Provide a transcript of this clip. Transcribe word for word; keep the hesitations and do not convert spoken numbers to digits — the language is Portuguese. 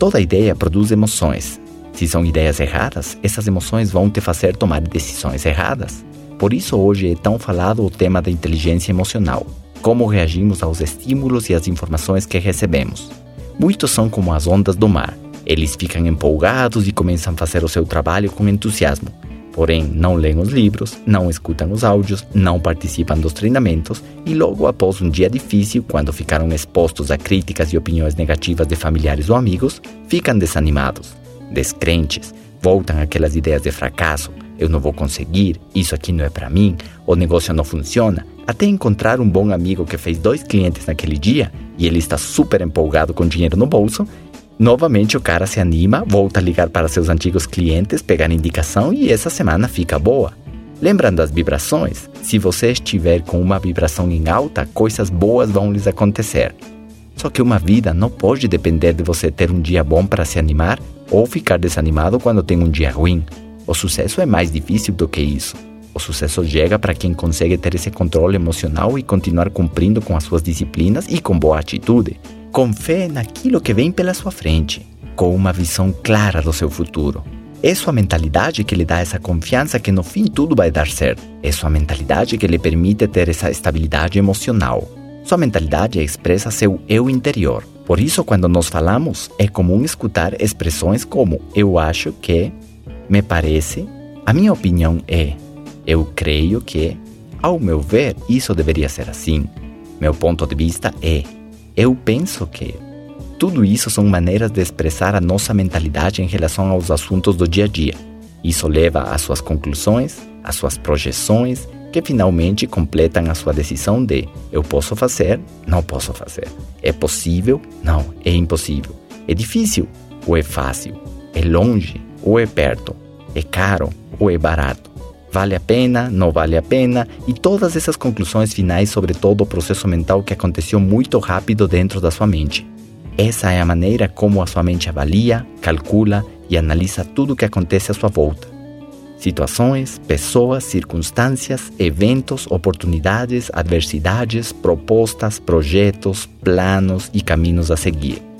Toda ideia produz emoções. Se são ideias erradas, essas emoções vão te fazer tomar decisões erradas. Por isso hoje é tão falado o tema da inteligência emocional. Como reagimos aos estímulos e às informações que recebemos. Muitos são como as ondas do mar. Eles ficam empolgados e começam a fazer o seu trabalho com entusiasmo. Porém, não leem os livros, não escutam os áudios, não participam dos treinamentos e logo após um dia difícil, quando ficaram expostos a críticas e opiniões negativas de familiares ou amigos, ficam desanimados, descrentes, voltam aquelas ideias de fracasso, eu não vou conseguir, isso aqui não é para mim, o negócio não funciona, até encontrar um bom amigo que fez dois clientes naquele dia e ele está super empolgado com dinheiro no bolso. Novamente o cara se anima, volta a ligar para seus antigos clientes, pegar indicação e essa semana fica boa. Lembrando das vibrações, se você estiver com uma vibração em alta, coisas boas vão lhes acontecer. Só que uma vida não pode depender de você ter um dia bom para se animar ou ficar desanimado quando tem um dia ruim. O sucesso é mais difícil do que isso. O sucesso chega para quem consegue ter esse controle emocional e continuar cumprindo com as suas disciplinas e com boa atitude. Com fé naquilo que vem pela sua frente, com uma visão clara do seu futuro. É sua mentalidade que lhe dá essa confiança que no fim tudo vai dar certo. É sua mentalidade que lhe permite ter essa estabilidade emocional. Sua mentalidade expressa seu eu interior. Por isso, quando nós falamos, é comum escutar expressões como eu acho que, me parece, a minha opinião é, eu creio que, ao meu ver, isso deveria ser assim. Meu ponto de vista é, eu penso que. Tudo isso são maneiras de expressar a nossa mentalidade em relação aos assuntos do dia a dia. Isso leva às suas conclusões, às suas projeções, que finalmente completam a sua decisão de eu posso fazer, não posso fazer. É possível? Não, é impossível. É difícil? Ou é fácil? É longe? Ou é perto? É caro? Ou é barato? Vale a pena? Não vale a pena? E todas essas conclusões finais sobre todo o processo mental que aconteceu muito rápido dentro da sua mente. Essa é a maneira como a sua mente avalia, calcula e analisa tudo o que acontece à sua volta. Situações, pessoas, circunstâncias, eventos, oportunidades, adversidades, propostas, projetos, planos e caminhos a seguir.